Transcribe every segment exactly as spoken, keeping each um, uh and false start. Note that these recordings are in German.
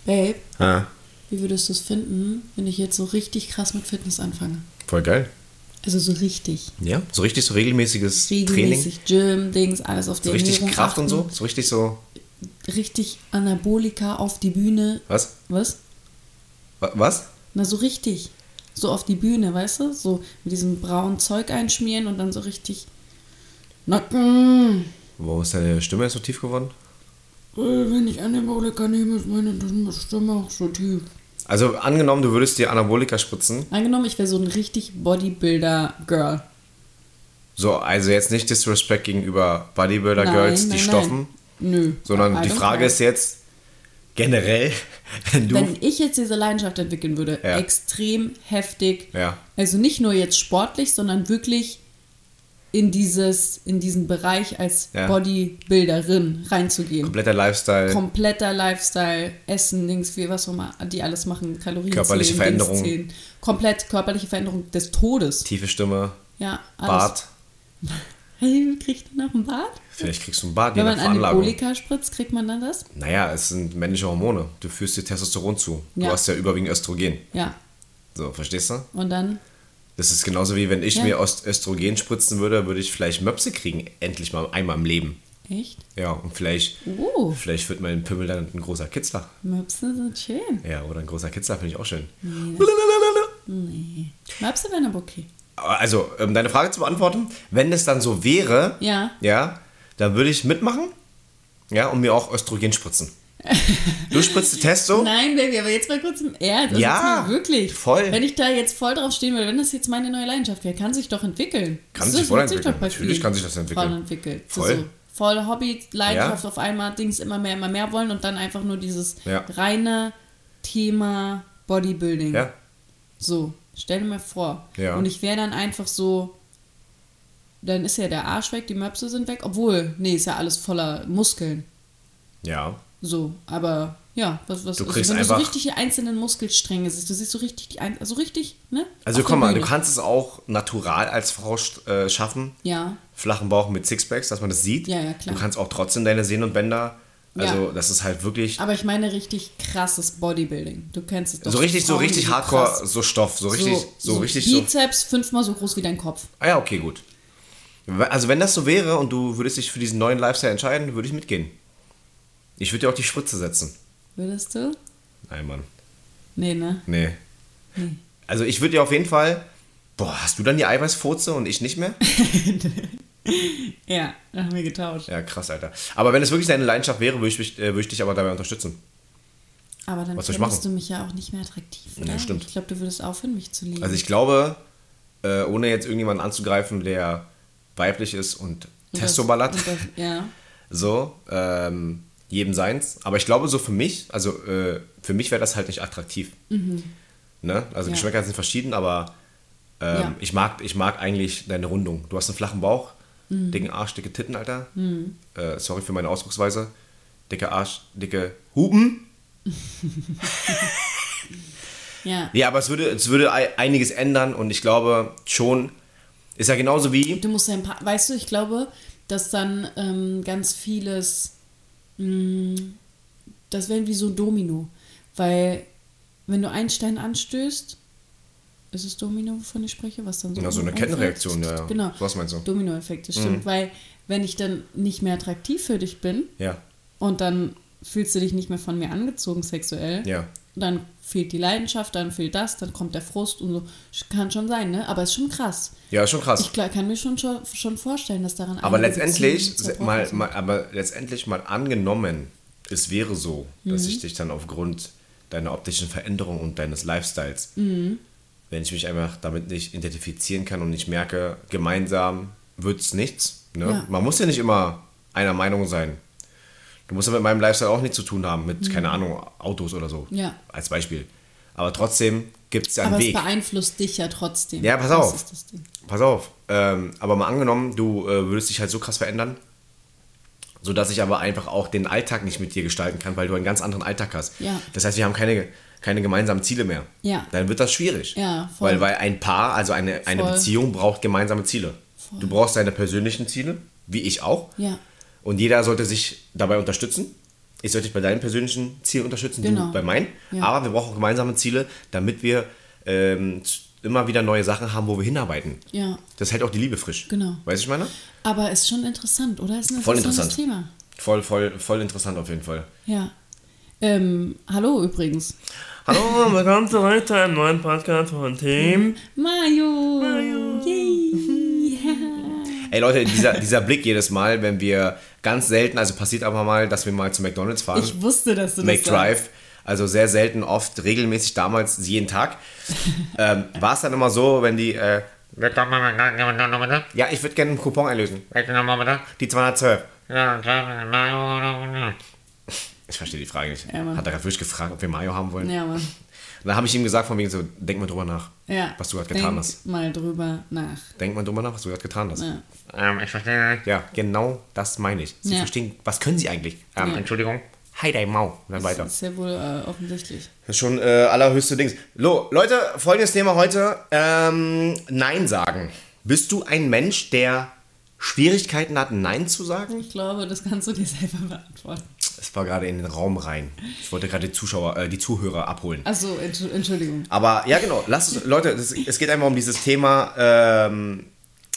Babe, Ah, wie würdest du es finden, wenn ich jetzt so richtig krass mit Fitness anfange? voll geil. Also so richtig. Ja, so richtig so regelmäßiges Training. Regelmäßig Gym, Dings, alles auf die So richtig Ernährung Kraft und achten. so. So richtig so. Richtig Anabolika auf die Bühne. Was? Was? Wa- Was? Na, so richtig. So auf die Bühne, weißt du? So mit diesem braunen Zeug einschmieren und dann so richtig Nacken. Warum ist deine Stimme jetzt so tief geworden? Äh, Wenn ich Anabolika nehme, ist meine Stimme auch so tief. Also angenommen, du würdest dir Anabolika spritzen. Angenommen, ich wäre so ein richtig Bodybuilder-Girl. So, also jetzt nicht Disrespect gegenüber Nein, Bodybuilder-Girls, die nein, stoffen. nein. Nö. Sondern I die don't Frage care. ist jetzt generell, wenn du... Wenn ich jetzt diese Leidenschaft entwickeln würde, Ja. extrem heftig, Ja. also nicht nur jetzt sportlich, sondern wirklich in dieses, in diesen Bereich als Ja. Bodybuilderin reinzugehen. kompletter Lifestyle, Kompletter Lifestyle, Essen, Dings, wie was auch immer, die alles machen, Kalorien Körperliche zählen, Veränderung. Dings zählen. Komplett körperliche Veränderung des Todes. tiefe Stimme, Ja, alles. Bart. Hey, kriegt man noch ein Bart? Vielleicht kriegst du einen Bart, je Wenn nach man Veranlagung. Anabolika spritzt, kriegt man dann das? Naja, es sind männliche Hormone. Du führst dir Testosteron zu. Du Ja. hast ja überwiegend Östrogen. Ja. So, verstehst du? Und dann, Das ist genauso wie wenn ich Ja. mir Öst- Östrogen spritzen würde, würde ich vielleicht Möpse kriegen, endlich mal einmal im Leben. echt? Ja, und vielleicht, Uh, vielleicht wird mein Pimmel dann ein großer Kitzler. Möpse sind schön. Ja, oder ein großer Kitzler finde ich auch schön. Nee. Möpse wären aber okay. Aber Also, um deine Frage zu beantworten, wenn es dann so wäre, Ja. ja, dann würde ich mitmachen, ja, und mir auch Östrogen spritzen. Du spritzt Testo? Nein, Baby, aber jetzt mal kurz im Ernst. Das Ja, ist mal wirklich. voll. Wenn ich da jetzt voll drauf stehen würde, wenn das jetzt meine neue Leidenschaft wäre, kann sich doch entwickeln. Kann Das sich voll wird entwickeln. doch bei Natürlich vielen kann sich das entwickeln. Frauen entwickeln. Voll. So, so. Voll Hobby, Leidenschaft Ja. auf einmal, Dings immer mehr, immer mehr wollen und dann einfach nur dieses Ja. reine Thema Bodybuilding. Ja, So, stell dir mal vor. Ja. Und ich wäre dann einfach so, dann ist ja der Arsch weg, die Möpse sind weg, obwohl, nee, ist ja alles voller Muskeln. ja. So, aber ja, was, was Du also kriegst wenn du so einfach- richtig die einzelnen Muskelstränge siehst, du siehst so richtig die ein, also richtig, ne? Also Auf komm der mal, du Bühne. kannst es auch natural als Frau äh, schaffen. Ja, Flachen Bauch mit Sixpacks, dass man das sieht. Ja, ja, klar. Du kannst auch trotzdem deine Sehnen und Bänder. Also Ja. das ist halt wirklich aber ich meine richtig krasses Bodybuilding. Du kennst es doch. so richtig, so Frauen, richtig die hardcore, krass- so Stoff, so richtig, so, richtig so. Bizeps fünfmal so groß wie dein Kopf. Ah ja, okay, gut. Also wenn das so wäre und du würdest dich für diesen neuen Lifestyle entscheiden, würde ich mitgehen. Ich würde dir auch die Spritze setzen. Würdest du? Nein, Mann. Nee, ne? Nee. Also ich würde dir auf jeden Fall... Boah, hast du dann die Eiweißfurze und ich nicht mehr? Ja, da haben wir getauscht. Ja, krass, Alter. Aber wenn es wirklich deine Leidenschaft wäre, würde ich, mich- äh, würde ich dich aber dabei unterstützen. Aber dann Was soll ich findest machen? du mich ja auch nicht mehr attraktiv, oder? Ja, stimmt. Ich glaube, du würdest aufhören, mich zu lieben. Also ich glaube, äh, ohne jetzt irgendjemanden anzugreifen, der weiblich ist und, Und das- Testoballat, und das- Ja. so, ähm, jedem seins. Aber ich glaube so für mich, also äh, für mich wäre das halt nicht attraktiv. Ne? Also Ja. Geschmäcker sind verschieden, aber ähm, Ja. ich, mag, ich mag eigentlich deine Rundung. Du hast einen flachen Bauch, dicken Arsch, dicke Titten, Alter. Äh, sorry für meine Ausdrucksweise. Dicke Arsch, dicke Hupen. Ja. Ja, aber es würde, es würde ei- einiges ändern und ich glaube schon, ist ja genauso wie, Du musst ja ein paar, weißt du, ich glaube, dass dann ähm, ganz vieles, mh, das wäre wie so ein Domino. Weil, wenn du einen Stein anstößt, ist es Domino, wovon ich spreche, was dann so ja, so eine umfällt? Kettenreaktion, ja, ja. Genau. So was meinst du? Dominoeffekt, das stimmt. Weil, wenn ich dann nicht mehr attraktiv für dich bin Ja, und dann fühlst du dich nicht mehr von mir angezogen sexuell, ja. dann fehlt die Leidenschaft, dann fehlt das, dann kommt der Frust und so. Kann schon sein, ne? Aber ist schon krass. Ja, ist schon krass. Ich klar, kann mir schon, schon schon vorstellen, dass daran Aber einige letztendlich, Beziehungen zerbrochen mal, sind. mal, aber letztendlich mal angenommen, es wäre so, dass Mhm. ich dich dann aufgrund deiner optischen Veränderung und deines Lifestyles, Mhm. wenn ich mich einfach damit nicht identifizieren kann und ich merke, gemeinsam wird es nichts. Ne? Ja. Man muss ja nicht immer einer Meinung sein. Du musst ja mit meinem Lifestyle auch nichts zu tun haben, mit, keine Ahnung, Autos oder so. Mhm. Ja. Als Beispiel. Aber trotzdem gibt es ja einen Aber Weg. es beeinflusst dich ja trotzdem. Ja, pass Das auf. ist das Ding. Pass auf, ähm, aber mal angenommen, du äh, würdest dich halt so krass verändern, sodass ich aber einfach auch den Alltag nicht mit dir gestalten kann, weil du einen ganz anderen Alltag hast. Ja. Das heißt, wir haben keine, keine gemeinsamen Ziele mehr. Ja. Dann wird das schwierig. Ja, voll. Weil, weil ein Paar, also eine, eine Voll. Beziehung braucht gemeinsame Ziele. Voll. Du brauchst deine persönlichen Ziele, wie ich auch. Ja. Und jeder sollte sich dabei unterstützen. ich soll dich bei deinen persönlichen Zielen unterstützen, Genau. du bei meinen. Ja. Aber wir brauchen auch gemeinsame Ziele, damit wir ähm, immer wieder neue Sachen haben, wo wir hinarbeiten. Ja. Das hält auch die Liebe frisch. Genau. Weißt du, ich meine? Aber ist schon interessant, oder? Ist ein Voll interessantes interessant. Thema. Voll, voll, voll interessant auf jeden Fall. Ja. Ähm, hallo übrigens. Hallo, willkommen zurück zu einem neuen Podcast von Team Mayo. Mayo. Yay. Ey Leute, dieser, dieser Blick jedes Mal, wenn wir ganz selten, also passiert aber mal, dass wir mal zu McDonald's fahren. Ich wusste, dass du das McDrive, sagst. also sehr selten, oft, regelmäßig damals, jeden Tag. ähm, war es dann immer so, wenn die, äh, ja, ich würde gerne einen Coupon einlösen. Die zweihundertzwölf. Ich verstehe die Frage nicht. Ja, Mann. Hat er gerade wirklich gefragt, ob wir Mayo haben wollen? Ja, Mann. Und dann habe ich ihm gesagt, von wegen so, denk mal drüber nach, Ja. was du gerade getan Denk hast. mal drüber nach. Denk mal drüber nach, was du gerade getan hast. Ja. Ähm, ich verstehe. Ja, genau das meine ich. Sie Ja. verstehen, was können sie eigentlich? Ähm, Ja. Entschuldigung. Hi, dein Mau. Und dann weiter. Das ist ja wohl äh, offensichtlich. Das ist schon äh, allerhöchste Dings. Lo, Leute, folgendes Thema heute. Ähm, Nein sagen. Bist du ein Mensch, der Schwierigkeiten hat, Nein zu sagen? Ich glaube, das kannst du dir selber beantworten. Es war gerade in den Raum rein. Ich wollte gerade die Zuschauer, äh, die Zuhörer abholen. Achso, Entschuldigung. Aber ja, genau. Lasst uns, Leute, das, es geht einfach um dieses Thema ähm,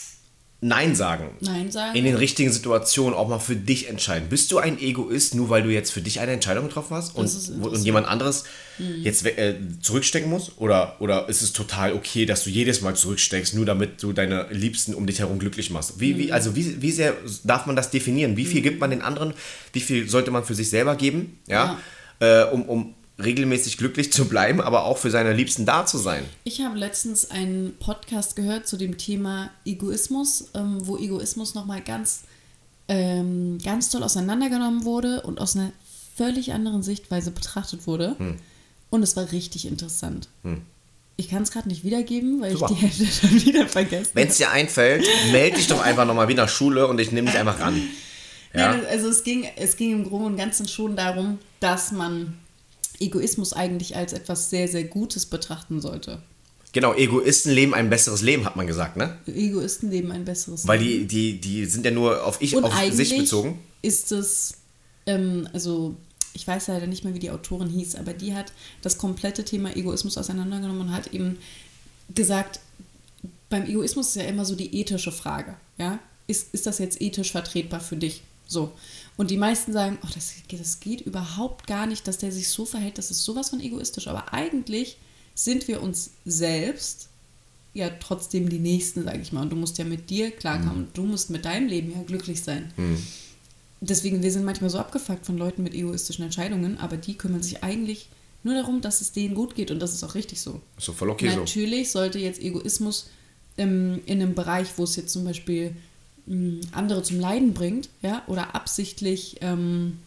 Nein sagen. Nein sagen. In den richtigen Situationen auch mal für dich entscheiden. Bist du ein Egoist, nur weil du jetzt für dich eine Entscheidung getroffen hast und, Das ist interessant. und jemand anderes jetzt äh, zurückstecken muss? Oder, oder ist es total okay, dass du jedes Mal zurücksteckst, nur damit du deine Liebsten um dich herum glücklich machst? Wie, wie, also wie, wie sehr darf man das definieren? Wie viel gibt man den anderen? Wie viel sollte man für sich selber geben? Ja, Äh, um, um regelmäßig glücklich zu bleiben, aber auch für seine Liebsten da zu sein. Ich habe letztens einen Podcast gehört zu dem Thema Egoismus, ähm, wo Egoismus nochmal ganz, ähm, ganz toll auseinandergenommen wurde und aus einer völlig anderen Sichtweise betrachtet wurde. Hm. Und es war richtig interessant. Hm. Ich kann es gerade nicht wiedergeben, weil Super. ich die Hälfte schon wieder vergessen Wenn es dir einfällt, melde dich doch einfach nochmal wie nach Schule und ich nehme dich einfach ran. Ja? Nein, also es ging, es ging im Groben und Ganzen schon darum, dass man Egoismus eigentlich als etwas sehr, sehr Gutes betrachten sollte. Genau, Egoisten leben ein besseres Leben, hat man gesagt, ne? Egoisten leben ein besseres Weil Leben. die, die, die sind ja nur auf ich, Und auf eigentlich sich bezogen. ist es, ähm, also ich weiß leider nicht mehr, wie die Autorin hieß, aber die hat das komplette Thema Egoismus auseinandergenommen und hat eben gesagt, beim Egoismus ist ja immer so die ethische Frage, ja? Ist, ist das jetzt ethisch vertretbar für dich? So. Und die meisten sagen, oh, das, das geht überhaupt gar nicht, dass der sich so verhält, das ist sowas von egoistisch. Aber eigentlich sind wir uns selbst ja trotzdem die Nächsten, sage ich mal. Und du musst ja mit dir klarkommen. Mhm. Du musst mit deinem Leben ja glücklich sein. Mhm. Deswegen, wir sind manchmal so abgefuckt von Leuten mit egoistischen Entscheidungen, aber die kümmern sich eigentlich nur darum, dass es denen gut geht. Und das ist auch richtig so. Ist so voll okay so. Natürlich sollte jetzt Egoismus ähm, in einem Bereich, wo es jetzt zum Beispiel mh, andere zum Leiden bringt, ja, oder absichtlich ähm,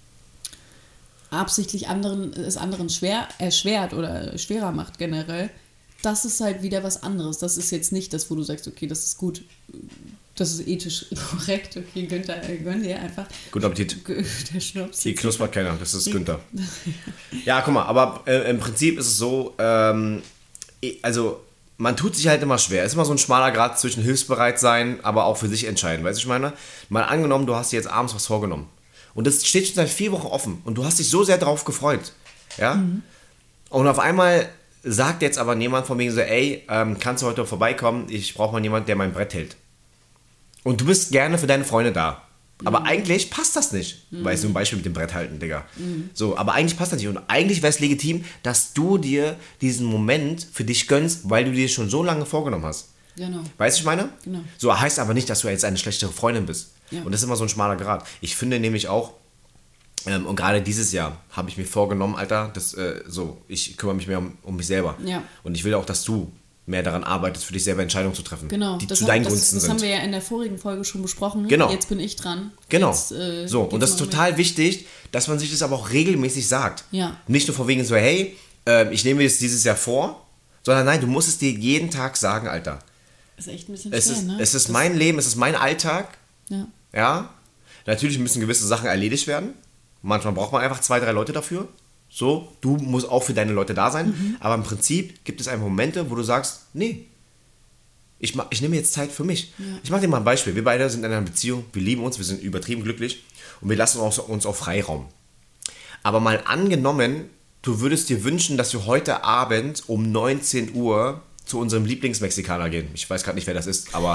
absichtlich anderen, es anderen schwer erschwert oder schwerer macht generell, das ist halt wieder was anderes. Das ist jetzt nicht das, wo du sagst, okay, das ist gut, das ist ethisch korrekt, okay, Günther, äh, gönn dir einfach. Guten Appetit. Der Schnaps. Hier knuspert keiner, das ist Günther. Ja, guck mal, aber äh, im Prinzip ist es so, ähm, also man tut sich halt immer schwer. Es ist immer so ein schmaler Grad zwischen hilfsbereit sein, aber auch für sich entscheiden. Weißt du, ich meine? Mal angenommen, du hast dir jetzt abends was vorgenommen. Und das steht schon seit vier Wochen offen. Und du hast dich so sehr darauf gefreut. Ja? Mhm. Und auf einmal sagt jetzt aber jemand von mir so, ey, ähm, kannst du heute vorbeikommen? Ich brauche mal jemanden, der mein Brett hält. Und du bist gerne für deine Freunde da. Aber mhm. eigentlich passt das nicht. Mhm. Weißt du, ein Beispiel mit dem Brett halten, Digga. Mhm. So, aber eigentlich passt das nicht. Und eigentlich wäre es legitim, dass du dir diesen Moment für dich gönnst, weil du dir schon so lange vorgenommen hast. Genau. Weißt du, ich meine? Genau. So heißt aber nicht, dass du jetzt eine schlechtere Freundin bist. Ja. Und das ist immer so ein schmaler Grad. Ich finde nämlich auch, ähm, und gerade dieses Jahr habe ich mir vorgenommen, Alter, das, äh, so, ich kümmere mich mehr um, um mich selber. Ja. Und ich will auch, dass du mehr daran arbeitest, für dich selber Entscheidungen zu treffen, genau. die das zu hat, deinen das, Gunsten das sind. Das haben wir ja in der vorigen Folge schon besprochen. Genau. Jetzt bin ich dran. Genau. Jetzt, äh, so, und das ist total wichtig, dass man sich das aber auch regelmäßig sagt. Ja. Nicht nur von wegen so, hey, äh, ich nehme mir das dieses Jahr vor, sondern nein, du musst es dir jeden Tag sagen, Alter. Das ist echt ein bisschen es schwer, ist, ne? Es ist das mein Leben, es ist mein Alltag. Ja. Ja. Natürlich müssen gewisse Sachen erledigt werden. Manchmal braucht man einfach zwei, drei Leute dafür. So, du musst auch für deine Leute da sein. Mhm. Aber im Prinzip gibt es einfach Momente, wo du sagst, nee, ich, mach, ich nehme jetzt Zeit für mich. Ja. Ich mache dir mal ein Beispiel. Wir beide sind in einer Beziehung, wir lieben uns, wir sind übertrieben glücklich und wir lassen uns, uns auch Freiraum. Aber mal angenommen, du würdest dir wünschen, dass wir heute Abend um neunzehn Uhr zu unserem Lieblingsmexikaner gehen. Ich weiß gerade nicht, wer das ist, aber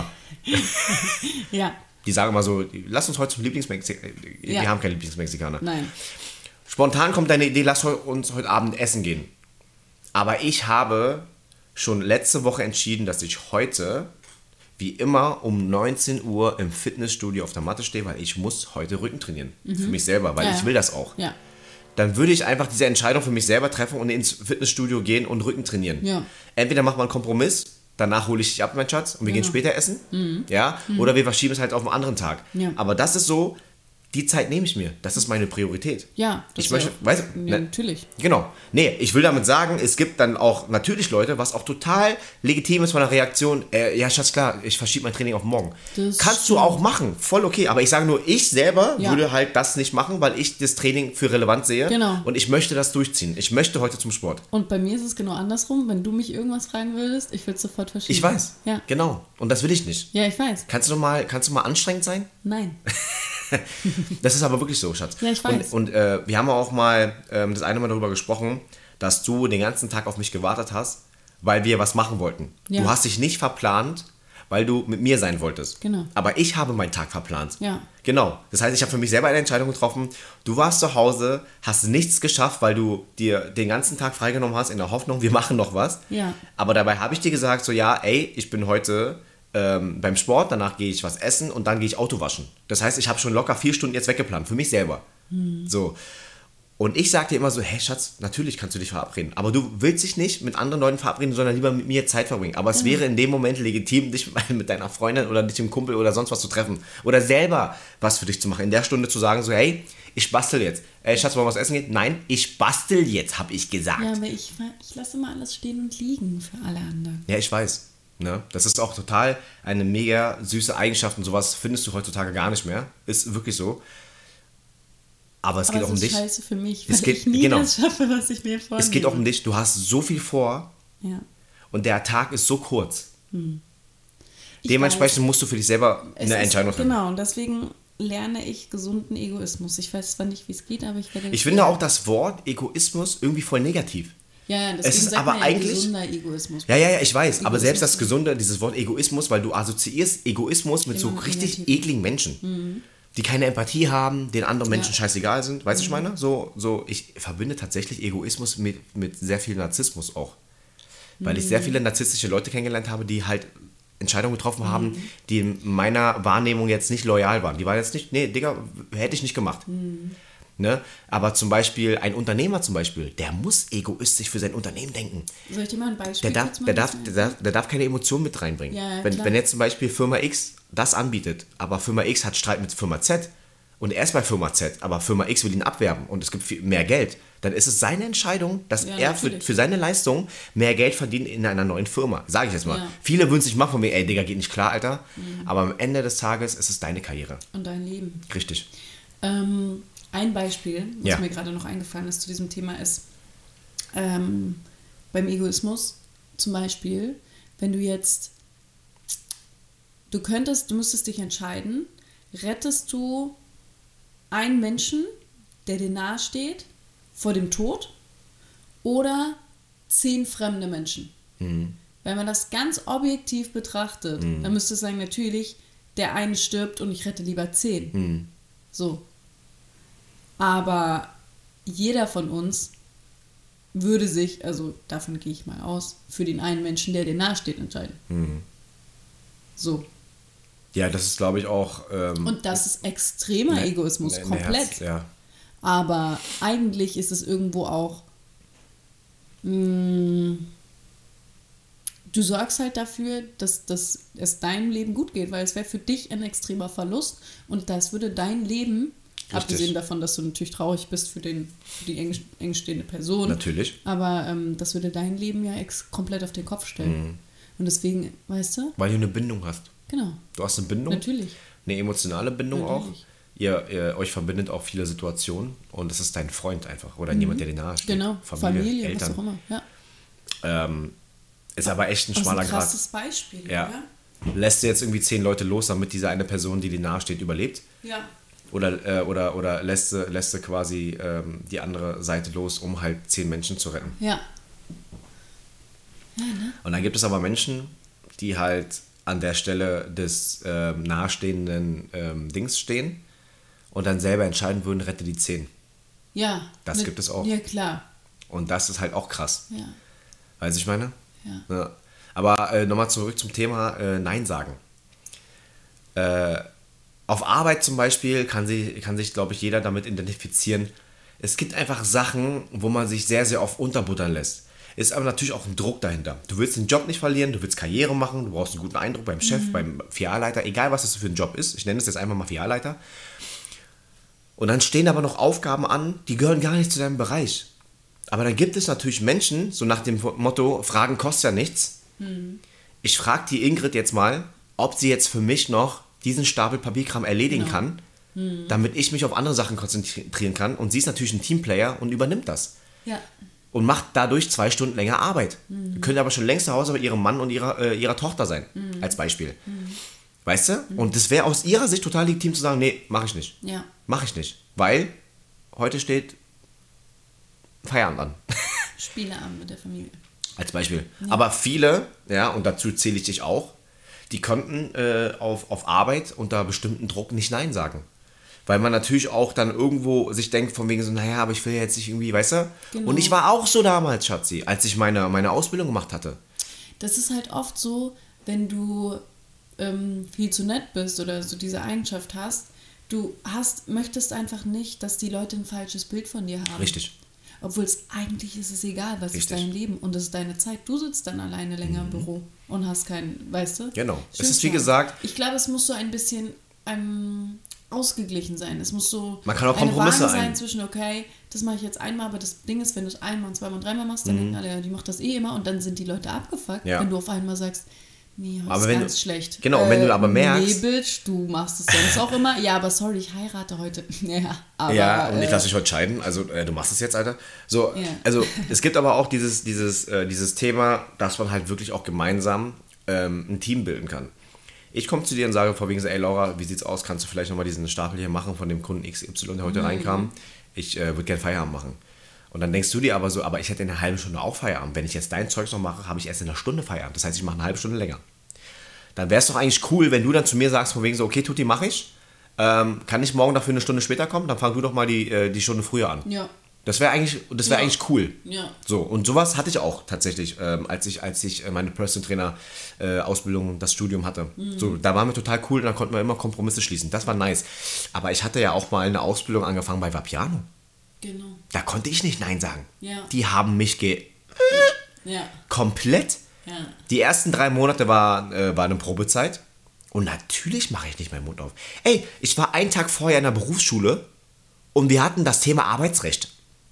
Ja. die sagen immer so, lass uns heute zum Lieblingsmexikaner. Ja. Wir haben keinen Lieblingsmexikaner. Nein. Spontan kommt deine Idee, lass uns heute Abend essen gehen. Aber ich habe schon letzte Woche entschieden, dass ich heute, wie immer, um neunzehn Uhr im Fitnessstudio auf der Matte stehe, weil ich muss heute Rücken trainieren. Mhm. Für mich selber, weil Ja, ich ja. will das auch. Ja. Dann würde ich einfach diese Entscheidung für mich selber treffen und ins Fitnessstudio gehen und Rücken trainieren. Ja. Entweder machen wir einen Kompromiss, danach hole ich dich ab, mein Schatz, und wir Genau. gehen später essen. Ja? Oder wir verschieben es halt auf einen anderen Tag. Ja. Aber das ist so, die Zeit nehme ich mir. Das ist meine Priorität. Ja, das Ich möchte, ist ja, weißt du, ja, ne- natürlich. Genau. Nee, ich will damit sagen, es gibt dann auch natürlich Leute, was auch total legitim ist von der Reaktion, äh, ja, Schatz, klar, ich verschiebe mein Training auf morgen. Das Kannst stimmt. du auch machen, voll okay. Aber ich sage nur, ich selber Ja. würde halt das nicht machen, weil ich das Training für relevant sehe. Genau. Und ich möchte das durchziehen. Ich möchte heute zum Sport. Und bei mir ist es genau andersrum. Wenn du mich irgendwas fragen würdest, ich würde sofort verschieben. Ich weiß. Ja. Genau. Und das will ich nicht. Ja, ich weiß. Kannst du noch mal, kannst du mal anstrengend sein? Nein. Das ist aber wirklich so, Schatz. Ja, ich weiß. Und, und äh, wir haben auch mal ähm, das eine Mal darüber gesprochen, dass du den ganzen Tag auf mich gewartet hast, weil wir was machen wollten. Ja. Du hast dich nicht verplant, weil du mit mir sein wolltest. Genau. Aber ich habe meinen Tag verplant. Ja. Genau. Das heißt, ich habe für mich selber eine Entscheidung getroffen. Du warst zu Hause, hast nichts geschafft, weil du dir den ganzen Tag freigenommen hast in der Hoffnung, wir machen noch was. Ja. Aber dabei habe ich dir gesagt, so ja, ey, ich bin heute ähm, beim Sport, danach gehe ich was essen und dann gehe ich Auto waschen. Das heißt, ich habe schon locker vier Stunden jetzt weggeplant, für mich selber. So. Und ich sage dir immer so, hey Schatz, natürlich kannst du dich verabreden, aber du willst dich nicht mit anderen Leuten verabreden, sondern lieber mit mir Zeit verbringen. Aber es wäre in dem Moment legitim, dich mit deiner Freundin oder dich mit dem Kumpel oder sonst was zu treffen. Oder selber was für dich zu machen. In der Stunde zu sagen so, hey, ich bastel jetzt. Ey Schatz, wollen wir was essen gehen? Nein, ich bastel jetzt, habe ich gesagt. Ja, Ja, aber ich, ich lasse immer alles stehen und liegen für alle anderen. ich weiß. Ne? Das ist auch total eine mega süße Eigenschaft und sowas findest du heutzutage gar nicht mehr. Ist wirklich so. Aber es Aber geht auch es um ist dich. scheiße für mich, Es weil geht- ich nie genau. das schaffe, was ich mir vornehme. Es geht auch um dich. Du hast so viel vor Ja. und der Tag ist so kurz. Ich Dementsprechend weiß, musst du für dich selber es eine ist- Entscheidung treffen. Genau, und deswegen lerne ich gesunden Egoismus. Ich weiß zwar nicht, wie es geht, aber ich werde... Ich finde auch das Wort Egoismus irgendwie voll negativ. Ja, ja, deswegen es ist sagt aber man ja eigentlich- gesunder Egoismus. Ja, ja, ja, ich weiß. Aber Egoismus. selbst das Gesunde, dieses Wort Egoismus, weil du assoziierst Egoismus mit so Genau, richtig negativ. ekligen Menschen, die keine Empathie haben, den anderen Menschen Ja. scheißegal sind. Weißt du, Mhm. was ich meine? So, so, ich verbinde tatsächlich Egoismus mit, mit sehr viel Narzissmus auch. Weil ich sehr Mhm. viele narzisstische Leute kennengelernt habe, die halt Entscheidungen getroffen Mhm. haben, die in meiner Wahrnehmung jetzt nicht loyal waren. Die waren jetzt nicht, nee, Digga, hätte ich nicht gemacht. Mhm. Ne? Aber zum Beispiel ein Unternehmer zum Beispiel, der muss egoistisch für sein Unternehmen denken. Soll ich dir mal ein Beispiel Der darf, kurz mal der, darf, sagen? der, darf, der darf keine Emotionen mit reinbringen. Ja, ja, wenn, klar. wenn jetzt zum Beispiel Firma X das anbietet, aber Firma X hat Streit mit Firma Z und er ist bei Firma Z, aber Firma X will ihn abwerben und es gibt viel, mehr Geld, dann ist es seine Entscheidung, dass Ja, er für, natürlich. für seine Leistung mehr Geld verdient in einer neuen Firma. Sage ich jetzt mal. Ja. Viele würden sich machen von mir, ey Digga, geht nicht klar, Alter. Mhm. Aber am Ende des Tages ist es deine Karriere. Und dein Leben. Richtig. Ähm, ein Beispiel, was Ja. mir gerade noch eingefallen ist zu diesem Thema, ist ähm, beim Egoismus zum Beispiel, wenn du jetzt, du könntest, du müsstest dich entscheiden, rettest du einen Menschen, der dir nahe steht, vor dem Tod oder zehn fremde Menschen? Wenn man das ganz objektiv betrachtet, dann müsste es sagen, natürlich, der eine stirbt und ich rette lieber zehn. So. Aber jeder von uns würde sich, also davon gehe ich mal aus, für den einen Menschen, der dir nahesteht, entscheiden. So. Ja, das ist, glaube ich, auch... Ähm, Und das ist extremer ne- Egoismus, ne- ne komplett. Herz, ja. Aber eigentlich ist es irgendwo auch, mh, du sorgst halt dafür, dass, dass es deinem Leben gut geht, weil es wäre für dich ein extremer Verlust und das würde dein Leben, Richtig. abgesehen davon, dass du natürlich traurig bist für, den, für die eng, engstehende Person, Natürlich. aber ähm, das würde dein Leben ja ex komplett auf den Kopf stellen. Mhm. Und deswegen, weißt du, Weil du eine Bindung hast. genau, Du hast eine Bindung. natürlich. Eine emotionale Bindung Natürlich. auch. Ihr, ihr, euch verbindet auch viele Situationen und das ist dein Freund einfach oder jemand, der dir nahe steht. Genau, Familie, Familie, was auch Eltern. immer. Ja. Ähm, ist aber echt ein Das ist schmaler ein Grad. krasses Beispiel, Ja. ja? Lässt du jetzt irgendwie zehn Leute los, damit diese eine Person, die dir nahe steht, überlebt? Ja. Oder, äh, oder, oder lässt sie, lässt sie quasi ähm, die andere Seite los, um halt zehn Menschen zu retten. Ja. Ja, ne? Und dann gibt es aber Menschen, die halt an der Stelle des ähm, nahestehenden ähm, Dings stehen und dann selber entscheiden würden, rette die zehn. Ja. Das mit, gibt es auch. Ja, klar. Und das ist halt auch krass. Ja. Weißt du, ich meine? Ja. Ja. Aber äh, nochmal zurück zum Thema äh, Nein sagen. Äh, auf Arbeit zum Beispiel kann, sie, kann sich, glaube ich, jeder damit identifizieren. Es gibt einfach Sachen, wo man sich sehr, sehr oft unterbuttern lässt. Ist aber natürlich auch ein Druck dahinter. Du willst den Job nicht verlieren, du willst Karriere machen, du brauchst einen guten Eindruck beim Chef, mhm. beim Filialleiter, egal was das für ein Job ist. Ich nenne es jetzt einfach mal Filialleiter. Und dann stehen aber noch Aufgaben an, die gehören gar nicht zu deinem Bereich. Aber dann gibt es natürlich Menschen, so nach dem Motto, Fragen kostet ja nichts. Mhm. Ich frage die Ingrid jetzt mal, ob sie jetzt für mich noch diesen Stapel Papierkram erledigen genau. kann, mhm. damit ich mich auf andere Sachen konzentrieren kann. Und sie ist natürlich ein Teamplayer und übernimmt das. Ja. Und macht dadurch zwei Stunden länger Arbeit. Mhm. Könnte aber schon längst zu Hause bei ihrem Mann und ihrer, äh, ihrer Tochter sein, mhm. als Beispiel. Mhm. Weißt du? Mhm. Und das wäre aus ihrer Sicht total legitim zu sagen, nee, mache ich nicht. Ja. Mache ich nicht. Weil heute steht Feierabend an. Spieleabend mit der Familie. Als Beispiel. Ja. Aber viele, ja, und dazu zähle ich dich auch, die konnten äh, auf, auf Arbeit unter bestimmten Druck nicht Nein sagen. Weil man natürlich auch dann irgendwo sich denkt, von wegen so, naja, aber ich will ja jetzt nicht irgendwie, weißt du? Genau. Und ich war auch so damals, Schatzi, als ich meine, meine Ausbildung gemacht hatte. Das ist halt oft so, wenn du ähm, viel zu nett bist oder so diese Eigenschaft hast, du hast, möchtest einfach nicht, dass die Leute ein falsches Bild von dir haben. Richtig. Obwohl es eigentlich ist es egal, was Richtig. ist dein Leben und das ist deine Zeit. Du sitzt dann alleine länger mhm. im Büro und hast keinen, weißt du? Genau. Schön es ist wie klar. gesagt... Ich glaube, es muss so ein bisschen ähm, ausgeglichen sein. Es muss so man kann auch eine Kompromisse Waage sein ein. zwischen, okay, das mache ich jetzt einmal, aber das Ding ist, wenn du es einmal und zweimal und dreimal machst, dann mhm. denken alle, ja, die macht das eh immer und dann sind die Leute abgefuckt, ja. wenn du auf einmal sagst, nee, heute aber ist ganz du, schlecht. Genau, und wenn äh, du aber merkst... Nee, Bitch, du machst es sonst auch immer. Ja, aber sorry, ich heirate heute. Ja, aber, ja und ich äh, lasse dich heute scheiden. Also, äh, du machst es jetzt, Alter. So, ja. also, es gibt aber auch dieses, dieses, äh, dieses Thema, dass man halt wirklich auch gemeinsam ähm, ein Team bilden kann. Ich komme zu dir und sage vor wegen so, ey Laura, wie sieht's aus? Kannst du vielleicht nochmal diesen Stapel hier machen von dem Kunden X Y, der heute mhm. reinkam? Ich äh, würde gerne Feierabend machen. Und dann denkst du dir aber so, aber ich hätte in einer halben Stunde auch Feierabend. Wenn ich jetzt dein Zeugs noch mache, habe ich erst in einer Stunde Feierabend. Das heißt, ich mache eine halbe Stunde länger. Dann wäre es doch eigentlich cool, wenn du dann zu mir sagst, von wegen so, okay, Tutti, mache ich. Ähm, kann ich morgen dafür eine Stunde später kommen? Dann fang du doch mal die, äh, die Stunde früher an. Ja. Das wäre eigentlich, das wär ja. eigentlich cool. Ja. So, und sowas hatte ich auch tatsächlich, ähm, als ich, als ich meine Personal Trainer äh, Ausbildung, das Studium hatte. Mhm. So, da waren wir total cool und da konnten wir immer Kompromisse schließen. Das war nice. Aber ich hatte ja auch mal eine Ausbildung angefangen bei Vapiano. Genau. Da konnte ich nicht Nein sagen. Ja. Die haben mich ge... Ja. Komplett. Ja. Die ersten drei Monate war, äh, war eine Probezeit. Und natürlich mache ich nicht meinen Mund auf. Ey, ich war einen Tag vorher in der Berufsschule und wir hatten das Thema Arbeitsrecht.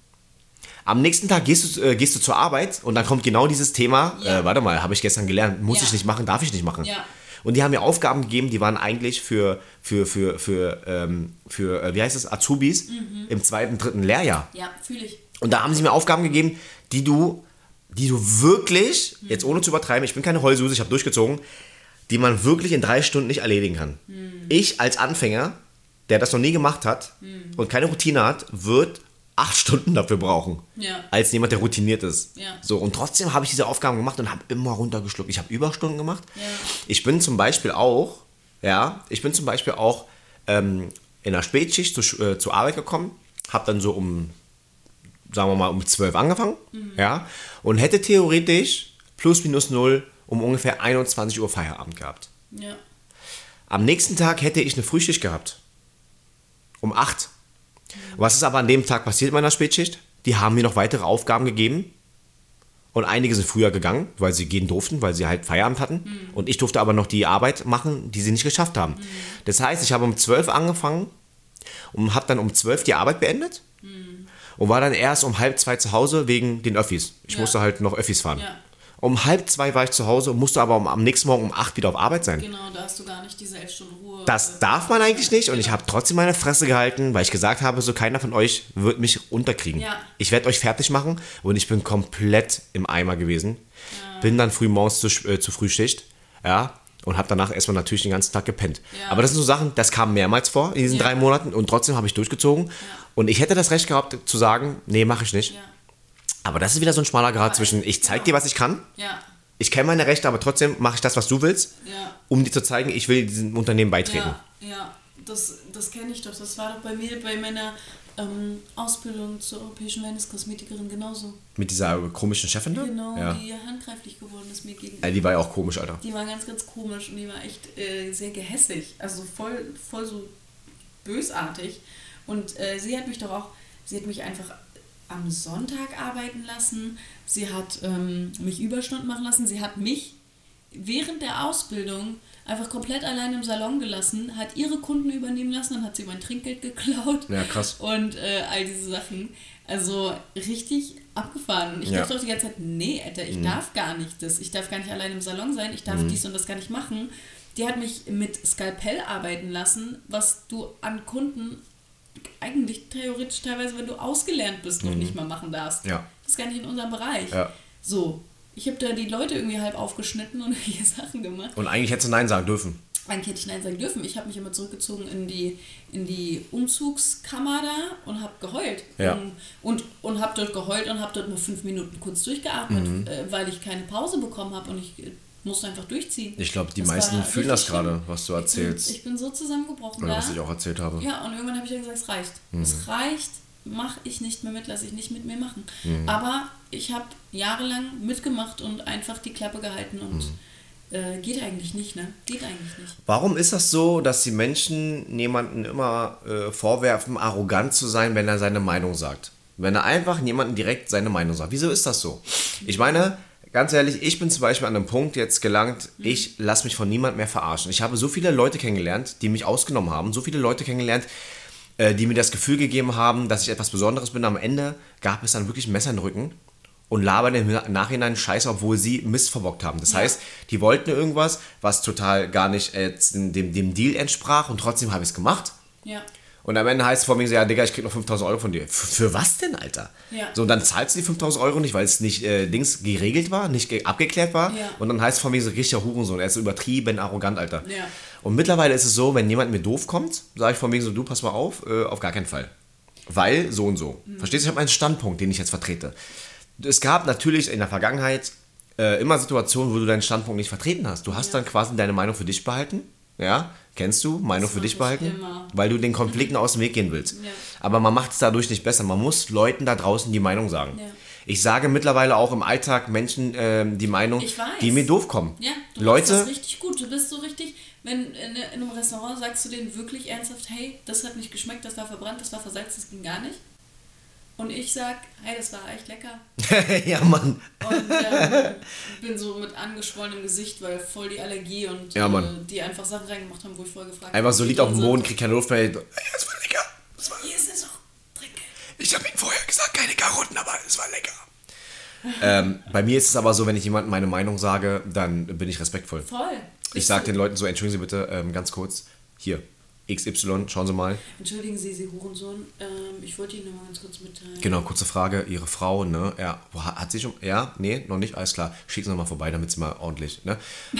Am nächsten Tag gehst du, äh, gehst du zur Arbeit und dann kommt genau dieses Thema, ja. äh, warte mal, habe ich gestern gelernt, muss ja. ich nicht machen, darf ich nicht machen. Ja. Und die haben mir Aufgaben gegeben, die waren eigentlich für, für, für, für, ähm, für äh, wie heißt das, Azubis mhm. im zweiten, dritten Lehrjahr. Ja, fühle ich. Und da haben sie mir Aufgaben gegeben, die du, die du wirklich, mhm. jetzt ohne zu übertreiben, ich bin keine Heulsuse, ich habe durchgezogen, die man wirklich in drei Stunden nicht erledigen kann. Mhm. Ich als Anfänger, der das noch nie gemacht hat mhm. und keine Routine hat, wird acht Stunden dafür brauchen. Ja. Als jemand, der routiniert ist. Ja. So, und trotzdem habe ich diese Aufgaben gemacht und habe immer runtergeschluckt. Ich habe Überstunden gemacht. Ja. Ich bin zum Beispiel auch, ja, ich bin zum Beispiel auch ähm, in der Spätschicht zu, äh, zur Arbeit gekommen, habe dann so um, sagen wir mal, um zwölf angefangen, mhm. ja, und hätte theoretisch plus minus null um ungefähr einundzwanzig Uhr Feierabend gehabt. Ja. Am nächsten Tag hätte ich eine Frühschicht gehabt. Um acht. Was ist aber an dem Tag passiert in meiner Spätschicht? Die haben mir noch weitere Aufgaben gegeben und einige sind früher gegangen, weil sie gehen durften, weil sie halt Feierabend hatten mhm. und ich durfte aber noch die Arbeit machen, die sie nicht geschafft haben. Mhm. Das heißt, ich habe um zwölf angefangen und habe dann um zwölf die Arbeit beendet mhm. und war dann erst um halb zwei zu Hause wegen den Öffis. Ich ja. musste halt noch Öffis fahren. Ja. Um halb zwei war ich zu Hause und musste aber um, am nächsten Morgen um acht wieder auf Arbeit sein. Genau, da hast du gar nicht diese elf Stunden Ruhe. Das darf man eigentlich nicht und ich habe trotzdem meine Fresse gehalten, weil ich gesagt habe, so keiner von euch wird mich unterkriegen. Ja. Ich werde euch fertig machen und ich bin komplett im Eimer gewesen. Ja. Bin dann früh morgens zu, äh, zur Frühschicht, ja, und habe danach erstmal natürlich den ganzen Tag gepennt. Ja. Aber das sind so Sachen, das kam mehrmals vor in diesen Ja. drei Monaten und trotzdem habe ich durchgezogen. Ja. Und ich hätte das Recht gehabt zu sagen, nee, mache ich nicht. Ja. Aber das ist wieder so ein schmaler Grad Aber zwischen, es- ich zeig ja. dir, was ich kann, Ja. ich kenne meine Rechte, aber trotzdem mache ich das, was du willst, Ja. um dir zu zeigen, ich will diesem Unternehmen beitreten. Ja, ja, das, das kenne ich doch. Das war doch bei mir, bei meiner ähm, Ausbildung zur europäischen Wellness-Kosmetikerin genauso. Mit dieser komischen Chefin da? Genau, Ja. die handgreiflich geworden ist mir gegenüber. Ja, die war ja auch komisch, Alter. Die war ganz, ganz komisch und die war echt äh, sehr gehässig. Also voll, voll so bösartig. Und äh, sie hat mich doch auch, sie hat mich einfach am Sonntag arbeiten lassen. Sie hat ähm, mich Überstunden machen lassen. Sie hat mich während der Ausbildung einfach komplett allein im Salon gelassen, hat ihre Kunden übernehmen lassen, dann hat sie mein Trinkgeld geklaut. Ja, krass. Und äh, all diese Sachen. Also richtig abgefahren. Ich Ja. dachte auch die ganze Zeit, nee, Alter, ich Mhm. darf gar nicht das. Ich darf gar nicht allein im Salon sein. Ich darf Mhm. dies und das gar nicht machen. Die hat mich mit Skalpell arbeiten lassen, was du an Kunden eigentlich theoretisch teilweise, wenn du ausgelernt bist, noch Mhm. nicht mal machen darfst. Ja. Das ist gar nicht in unserem Bereich. Ja. So, ich habe da die Leute irgendwie halb aufgeschnitten und hier Sachen gemacht. Und eigentlich hättest du Nein sagen dürfen. Eigentlich hätte ich Nein sagen dürfen. Ich habe mich immer zurückgezogen in die, in die Umzugskammer da und habe geheult. Ja. Und, und, und habe dort geheult und habe dort mal fünf Minuten kurz durchgeatmet, Mhm. äh, weil ich keine Pause bekommen habe und ich äh, musste einfach durchziehen. Ich glaube, die Das meisten war fühlen das richtig gerade, schlimm. was du Ich erzählst. bin, ich bin so zusammengebrochen Oder da. was ich auch erzählt habe. Ja, und irgendwann habe ich dann gesagt, es reicht. Mhm. Es reicht, mache ich nicht mehr mit, lasse ich nicht mit mir machen. Mhm. Aber ich habe jahrelang mitgemacht und einfach die Klappe gehalten und Mhm. äh, geht eigentlich nicht, ne? Geht eigentlich nicht. Warum ist das so, dass die Menschen jemanden immer äh, vorwerfen, arrogant zu sein, wenn er seine Meinung sagt? Wenn er einfach jemanden direkt seine Meinung sagt. Wieso ist das so? Ich meine, ganz ehrlich, ich bin zum Beispiel an einem Punkt jetzt gelangt, ich lasse mich von niemandem mehr verarschen. Ich habe so viele Leute kennengelernt, die mich ausgenommen haben, so viele Leute kennengelernt, äh, die mir das Gefühl gegeben haben, dass ich etwas Besonderes bin. Am Ende gab es dann wirklich ein Messer in den Rücken und labern im Nachhinein Scheiße, obwohl sie Mist verbockt haben. Das Ja. heißt, die wollten irgendwas, was total gar nicht äh, dem, dem Deal entsprach und trotzdem habe ich es gemacht. Ja. Und am Ende heißt es vor mir so, ja, Digga, ich krieg noch fünftausend Euro von dir. Für, für was denn, Alter? Ja. So, und dann zahlst du die fünftausend Euro nicht, weil es nicht äh, Dings geregelt war, nicht ge abgeklärt war. Ja. Und dann heißt es von mir so, richtiger Hurensohn. Er ist so übertrieben arrogant, Alter. Ja. Und mittlerweile ist es so, wenn jemand mir doof kommt, sage ich von mir so, du, pass mal auf, äh, auf gar keinen Fall. Weil so und so. Mhm. Verstehst du? Ich habe einen Standpunkt, den ich jetzt vertrete. Es gab natürlich in der Vergangenheit äh, immer Situationen, wo du deinen Standpunkt nicht vertreten hast. Du hast Ja. dann quasi deine Meinung für dich behalten. Ja, kennst du? Meinung Das für mach dich ich behalten. immer. Weil du den Konflikten aus dem Weg gehen willst. Ja. Aber man macht es dadurch nicht besser. Man muss Leuten da draußen die Meinung sagen. Ja. Ich sage mittlerweile auch im Alltag Menschen ähm, die Meinung, Ich weiß. die mir doof kommen. Ja, du Leute, machst das richtig gut. Du bist so richtig, wenn in, in einem Restaurant sagst du denen wirklich ernsthaft, hey, das hat nicht geschmeckt, das war verbrannt, das war versalzt, das ging gar nicht. Und ich sag, hey, das war echt lecker. ja, Mann. Und ähm, bin so mit angeschwollenem Gesicht, weil voll die Allergie und Ja, äh, Mann. die einfach Sachen reingemacht haben, wo ich vorher gefragt habe. Einfach so wie liegt auf die dem drin Boden, sind. kriegt keine Luft mehr. Ey, das war lecker. Das war, Hier ist es auch Trinkgeld. ich habe Ihnen vorher gesagt, keine Karotten, aber es war lecker. ähm, bei mir ist es aber so, wenn ich jemandem meine Meinung sage, dann bin ich respektvoll. Voll. Ich sage den Leuten so, entschuldigen Sie bitte, ähm, ganz kurz, hier, X Y, schauen Sie mal. Entschuldigen Sie, Sie Hurensohn. Ähm, ich wollte Ihnen nur mal ganz kurz mitteilen. Genau, kurze Frage, Ihre Frau, ne, ja, boah, hat sie schon, ja, nee, noch nicht, alles klar, schicken Sie mal vorbei, damit Sie mal ordentlich, ne.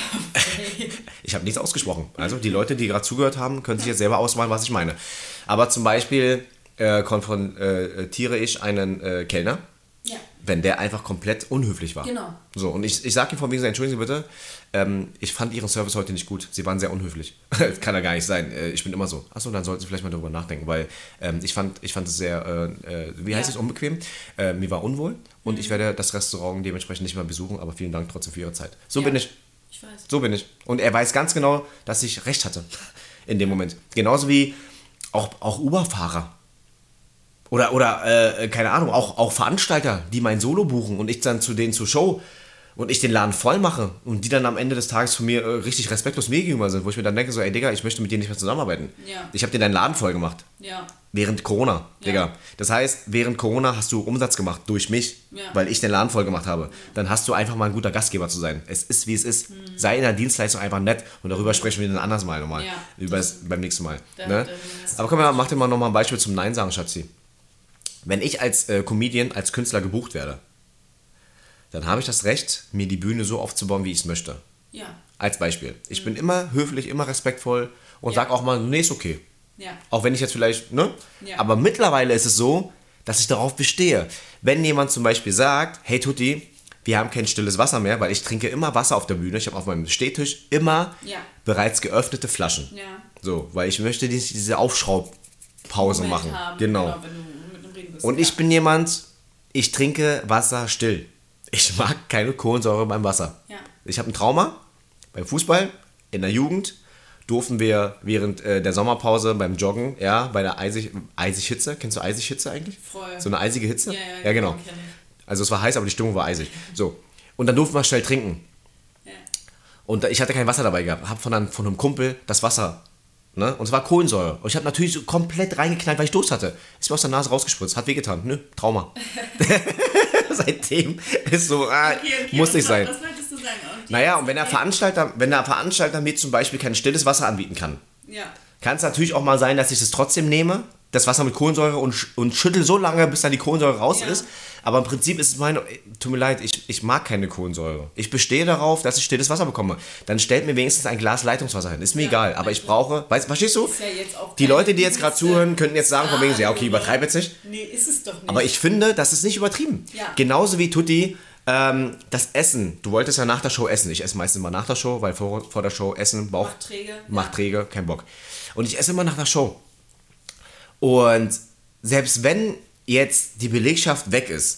Ich habe nichts ausgesprochen. Also die Leute, die gerade zugehört haben, können sich jetzt selber ausmalen, was ich meine. Aber zum Beispiel äh, konfrontiere ich einen äh, Kellner, Ja, wenn der einfach komplett unhöflich war. genau. So, und ich, ich sage ihm von wegen, so, entschuldigen Sie bitte, ähm, ich fand Ihren Service heute nicht gut. Sie waren sehr unhöflich. Das kann ja gar nicht sein. Äh, ich bin immer so. Achso, dann sollten Sie vielleicht mal darüber nachdenken, weil ähm, ich fand ich fand es sehr, äh, äh, wie heißt Ja. es, unbequem. Äh, mir war unwohl und ich werde das Restaurant dementsprechend nicht mehr besuchen, aber vielen Dank trotzdem für Ihre Zeit. So Ja. bin ich. Ich weiß. So bin ich. Und er weiß ganz genau, dass ich recht hatte in dem Moment. Genauso wie auch, auch Uber-Fahrer. Oder, oder äh, keine Ahnung, auch, auch Veranstalter, die mein Solo buchen und ich dann zu denen zur Show und ich den Laden voll mache und die dann am Ende des Tages von mir äh, richtig respektlos mir gegenüber sind, wo ich mir dann denke, so, ey Digga, ich möchte mit dir nicht mehr zusammenarbeiten. Ja. Ich habe dir deinen Laden voll gemacht. Ja. Während Corona, Ja. Digga. Das heißt, während Corona hast du Umsatz gemacht durch mich, Ja. weil ich den Laden voll gemacht habe. Dann hast du einfach mal ein guter Gastgeber zu sein. Es ist, wie es ist. Sei in der Dienstleistung einfach nett und darüber sprechen wir dann anders mal nochmal. Ja, Über das- das, beim nächsten Mal. Da- ne? da- das- Aber komm mal, mach dir mal nochmal ein Beispiel zum Nein sagen, Schatzi. Wenn ich als äh, Comedian, als Künstler gebucht werde, dann habe ich das Recht, mir die Bühne so aufzubauen, wie ich es möchte. Ja. Als Beispiel. Ich mhm. bin immer höflich, immer respektvoll und ja. sag auch mal, nee, ist okay. Ja. Auch wenn ich jetzt vielleicht, ne? Ja. Aber mittlerweile ist es so, dass ich darauf bestehe. Wenn jemand zum Beispiel sagt, hey Tutti, wir haben kein stilles Wasser mehr, weil ich trinke immer Wasser auf der Bühne. Ich habe auf meinem Stehtisch immer ja. bereits geöffnete Flaschen. Ja. So, weil ich möchte diese Aufschraubpause Moment machen. Haben, genau. genau wenn du mit dem Reden bist. Und ja. ich bin jemand, ich trinke Wasser still. Ich mag keine Kohlensäure beim Wasser. Ja. Ich habe ein Trauma beim Fußball, in der Jugend. Durften wir während äh, der Sommerpause beim Joggen, ja, bei der eisig, eisig Hitze, kennst du eisig Hitze eigentlich? Voll. So eine eisige Hitze? Ja, ja, ja genau. genau. Also es war heiß, aber die Stimmung war eisig. So. Und dann durften wir schnell trinken. Ja. Und ich hatte kein Wasser dabei gehabt. Hab von einem, von einem Kumpel das Wasser, ne? Und es war Kohlensäure. Und ich habe natürlich so komplett reingeknallt, weil ich Durst hatte. Ist mir aus der Nase rausgespritzt. Hat wehgetan. Nö, Trauma. Seitdem ist so, ah, okay, okay, muss nicht was, sein. Was wolltest du sagen? Und naja, und wenn der Veranstalter, wenn der Veranstalter mir zum Beispiel kein stilles Wasser anbieten kann, ja. kann es natürlich auch mal sein, dass ich es trotzdem nehme, das Wasser mit Kohlensäure und, und schüttel so lange, bis dann die Kohlensäure raus ja. ist. Aber im Prinzip ist es meine, tut mir leid, ich, ich mag keine Kohlensäure. Ich bestehe darauf, dass ich stilles Wasser bekomme. Dann stellt mir wenigstens ein Glas Leitungswasser hin. Ist mir ja, egal, aber ich brauche, weißt, verstehst du? Ja jetzt auch die Leute, die jetzt gerade zuhören, könnten jetzt sagen, von wegen, ja okay, übertreib jetzt nicht. Nee, ist es doch nicht. Aber ich finde, das ist nicht übertrieben. Ja. Genauso wie Tutti, ähm, das Essen. Du wolltest ja nach der Show essen. Ich esse meistens immer nach der Show, weil vor, vor der Show essen, Bauch, macht träge. Macht ja. träge, kein Bock. Und ich esse immer nach der Show. Und selbst wenn jetzt die Belegschaft weg ist,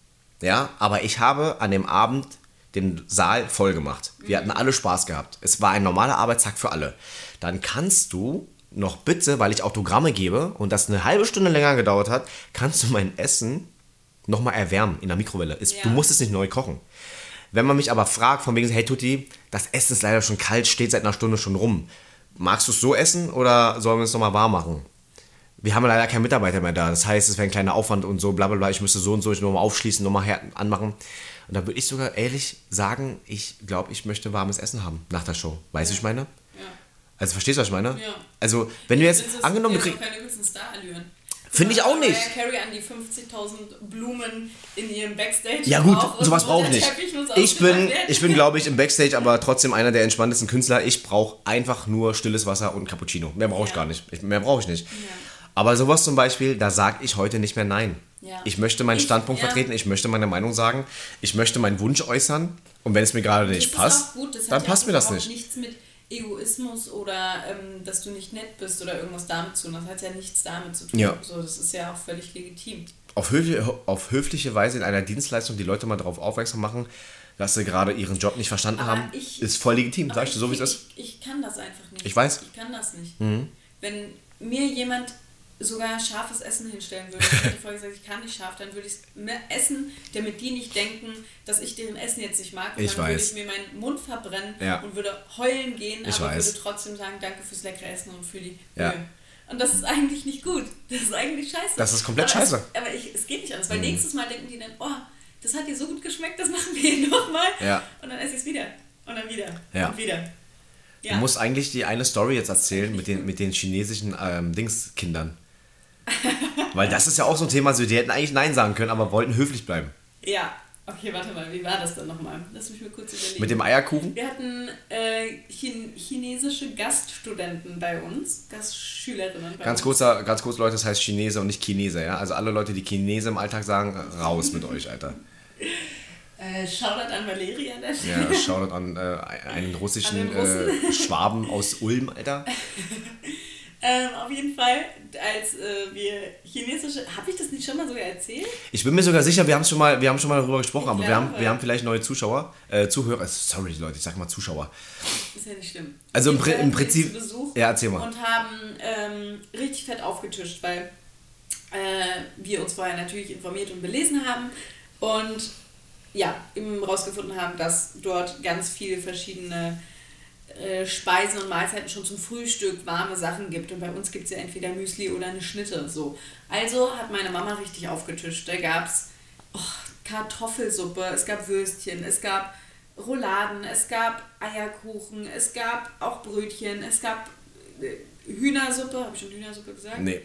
ja, aber ich habe an dem Abend den Saal voll gemacht. Wir hatten alle Spaß gehabt. Es war ein normaler Arbeitstag für alle. Dann kannst du noch bitte, weil ich Autogramme gebe und das eine halbe Stunde länger gedauert hat, kannst du mein Essen nochmal erwärmen in der Mikrowelle. Ist, ja. Du musst es nicht neu kochen. Wenn man mich aber fragt, von wegen, hey Tutti, das Essen ist leider schon kalt, steht seit einer Stunde schon rum. Magst du es so essen oder sollen wir es nochmal warm machen? Wir haben leider keinen Mitarbeiter mehr da. Das heißt, es wäre ein kleiner Aufwand und so, bla bla bla. Ich müsste so und so nochmal aufschließen, nochmal anmachen. Und da würde ich sogar ehrlich sagen, ich glaube, ich möchte warmes Essen haben nach der Show. Weißt du, ja. ich meine? Ja. Also verstehst du, was ich meine? Ja. Also, wenn du jetzt, angenommen, du kriegst... keine übelsten Star-Allüren. Finde ich auch nicht. Mariah Carey an die fünfzigtausend Blumen in ihrem Backstage. Ja gut, sowas brauche ich nicht. Ich bin, ich bin glaube ich, im Backstage, aber trotzdem einer der entspanntesten Künstler. Ich brauche einfach nur stilles Wasser und ein Cappuccino. Mehr brauche ich ja. gar nicht. Ich, mehr brauche ich nicht. Ja. Aber sowas zum Beispiel, da sage ich heute nicht mehr nein. Ja. Ich möchte meinen ich, Standpunkt ja. vertreten, ich möchte meine Meinung sagen, ich möchte meinen Wunsch äußern und wenn es mir gerade nicht passt, gut, dann passt mir das nicht. Nichts mit Egoismus oder ähm, dass du nicht nett bist oder irgendwas damit zu tun. Das hat ja nichts damit zu tun. Ja. So, das ist ja auch völlig legitim. Auf, höfliche, auf höfliche Weise in einer Dienstleistung die Leute mal darauf aufmerksam machen, dass sie gerade ihren Job nicht verstanden aber haben, ich, ist voll legitim, sag ich dir so, wie es ist. Ich, ich kann das einfach nicht. Ich weiß. Ich kann das nicht. Mhm. Wenn mir jemand sogar scharfes Essen hinstellen würde, ich hätte vorher gesagt, ich kann nicht scharf, dann würde ich es essen, damit die nicht denken, dass ich deren Essen jetzt nicht mag. Und ich dann weiß. würde ich mir meinen Mund verbrennen ja. und würde heulen gehen, ich aber weiß. würde trotzdem sagen, danke fürs leckere Essen und für die ja. Mühe. Und das ist eigentlich nicht gut. Das ist eigentlich scheiße. Das ist komplett aber scheiße. Es, aber ich, es geht nicht anders, weil mhm. nächstes Mal denken die dann, oh, das hat dir so gut geschmeckt, das machen wir nochmal. Ja. Und dann esse ich es wieder. Und dann wieder. Ja. Und wieder. Ja. Du musst eigentlich die eine Story jetzt erzählen mit den, mit den chinesischen ähm, Dingskindern. Weil das ist ja auch so ein Thema, also die hätten eigentlich Nein sagen können, aber wollten höflich bleiben. Ja, okay, warte mal, wie war das dann nochmal? Lass mich mal kurz überlegen. Mit dem Eierkuchen? Wir hatten äh, Chin- chinesische Gaststudenten bei uns, Gastschülerinnen bei ganz uns. Kurz, ganz kurz, Leute, das heißt Chinese und nicht Chinese, ja? Also alle Leute, die Chinese im Alltag sagen, raus mit euch, Alter. Äh, Shoutout an Valeria. Ja, Shoutout an äh, einen russischen an äh, Schwaben aus Ulm, Alter. Ähm, auf jeden Fall, als äh, wir chinesische... Habe ich das nicht schon mal sogar erzählt? Ich bin mir sogar sicher, wir haben schon mal, wir haben schon mal darüber gesprochen, ich aber glaube, wir haben, wir haben vielleicht neue Zuschauer, äh, Zuhörer. Sorry, Leute, ich sag mal Zuschauer. Ist ja nicht schlimm. Also im, wir im Prinzip... Zu Besuch ja, erzähl mal. Und haben ähm, richtig fett aufgetischt, weil äh, wir uns vorher natürlich informiert und belesen haben und ja, eben rausgefunden haben, dass dort ganz viele verschiedene Speisen und Mahlzeiten schon zum Frühstück warme Sachen gibt und bei uns gibt es ja entweder Müsli oder eine Schnitte. So. Also hat meine Mama richtig aufgetischt. Da gab es oh, Kartoffelsuppe, es gab Würstchen, es gab Rouladen, es gab Eierkuchen, es gab auch Brötchen, es gab Hühnersuppe, habe ich schon Hühnersuppe gesagt? Nee.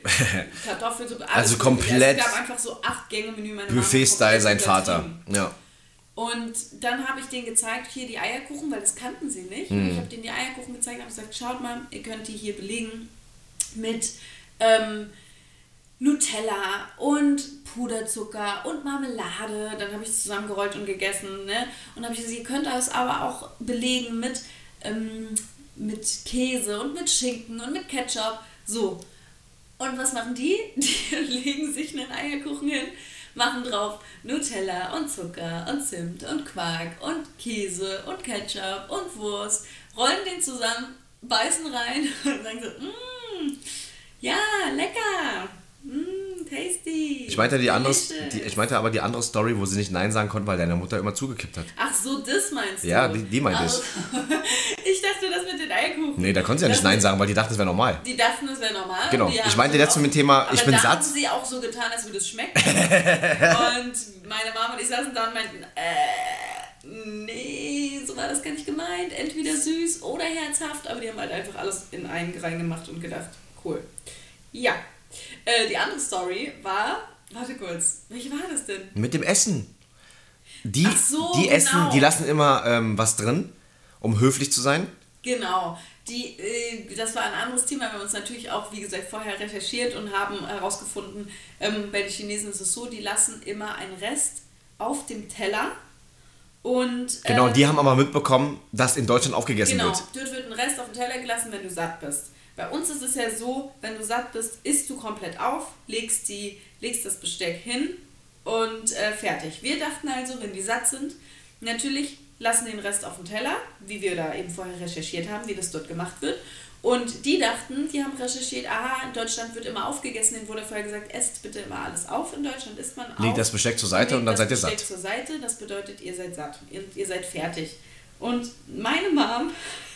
Kartoffelsuppe, alles also komplett also es gab einfach so acht Gänge Menü. Buffet-Style sein Vater. Ja. Und dann habe ich denen gezeigt, hier die Eierkuchen, weil das kannten sie nicht. Mhm. Ich habe denen die Eierkuchen gezeigt und habe gesagt, schaut mal, ihr könnt die hier belegen mit ähm, Nutella und Puderzucker und Marmelade. Dann habe ich es zusammengerollt und gegessen. Ne? Und habe ich gesagt, ihr könnt das aber auch belegen mit, ähm, mit Käse und mit Schinken und mit Ketchup. So. Und was machen die? Die legen sich einen Eierkuchen hin, machen drauf Nutella und Zucker und Zimt und Quark und Käse und Ketchup und Wurst, rollen den zusammen, beißen rein und sagen so, mmm, ja, lecker, mmm, tasty. Ich meinte, die andere, die, ich meinte aber die andere Story, wo sie nicht Nein sagen konnten, weil deine Mutter immer zugekippt hat. Ach so, das meinst du? Ja, die, die meinte also, ich. Ich dachte, das mit den Eierkuchen. Nee, da konnten sie ja nicht Nein sagen, weil die dachten, es wäre normal. Die dachten, es wäre normal. Genau, ich meinte jetzt mit dem Thema, ich bin satt. satt. Aber da haben sie auch so getan, als würde es schmecken. Und meine Mama und ich saßen da und meinten, äh, nee, so war das gar nicht gemeint. Entweder süß oder herzhaft, aber die haben halt einfach alles in einen reingemacht und gedacht, cool. Ja, äh, die andere Story war, warte kurz, welche war das denn? Mit dem Essen. Die, Ach so, die genau. essen, die lassen immer ähm, was drin, um höflich zu sein. Genau. Die, äh, das war ein anderes Thema. Wir haben uns natürlich auch, wie gesagt, vorher recherchiert und haben herausgefunden, ähm, bei den Chinesen ist es so, die lassen immer einen Rest auf dem Teller. Und, genau, ähm, die haben aber mitbekommen, dass in Deutschland aufgegessen genau, wird. Genau, dort wird ein Rest auf den Teller gelassen, wenn du satt bist. Bei uns ist es ja so, wenn du satt bist, isst du komplett auf, legst, die, legst das Besteck hin und äh, fertig. Wir dachten also, wenn die satt sind, natürlich lassen den Rest auf dem Teller, wie wir da eben vorher recherchiert haben, wie das dort gemacht wird. Und die dachten, die haben recherchiert, aha, in Deutschland wird immer aufgegessen, denen wurde vorher gesagt, esst bitte immer alles auf, in Deutschland isst man auf. Legt das Besteck zur Seite und dann seid ihr satt. Legt das Besteck zur Seite, das bedeutet, ihr seid satt, ihr, ihr seid fertig. Und meine Mom,